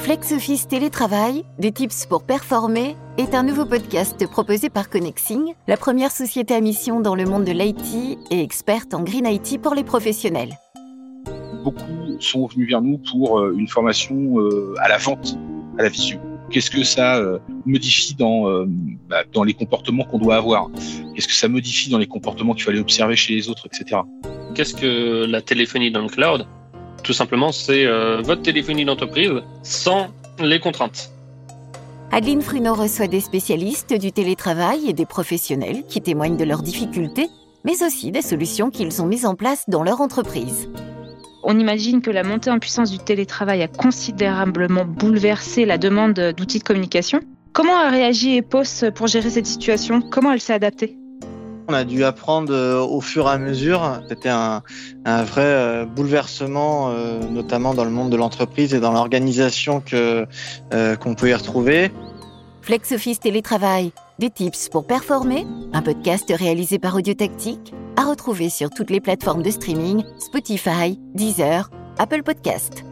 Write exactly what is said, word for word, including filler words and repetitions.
Flex Office Télétravail, des tips pour performer, est un nouveau podcast proposé par Connexing, la première société à mission dans le monde de l'I T et experte en Green I T pour les professionnels. Beaucoup sont venus vers nous pour une formation à la vente, à la visio. Qu'est-ce que ça modifie dans, bah, dans les comportements qu'on doit avoir ? Qu'est-ce que ça modifie dans les comportements qu'il faut aller observer chez les autres, et cetera. Qu'est-ce que la téléphonie dans le cloud ? Tout simplement, c'est euh, votre téléphonie d'entreprise sans les contraintes. Adeline Fruneau reçoit des spécialistes du télétravail et des professionnels qui témoignent de leurs difficultés, mais aussi des solutions qu'ils ont mises en place dans leur entreprise. On imagine que la montée en puissance du télétravail a considérablement bouleversé la demande d'outils de communication. Comment a réagi Epos pour gérer cette situation ? Comment elle s'est adaptée ? On a dû apprendre euh, au fur et à mesure. C'était un, un vrai euh, bouleversement, euh, notamment dans le monde de l'entreprise et dans l'organisation que, euh, qu'on peut y retrouver. Flex Office Télétravail, des tips pour performer, un podcast réalisé par Audio Tactique, à retrouver sur toutes les plateformes de streaming, Spotify, Deezer, Apple Podcast.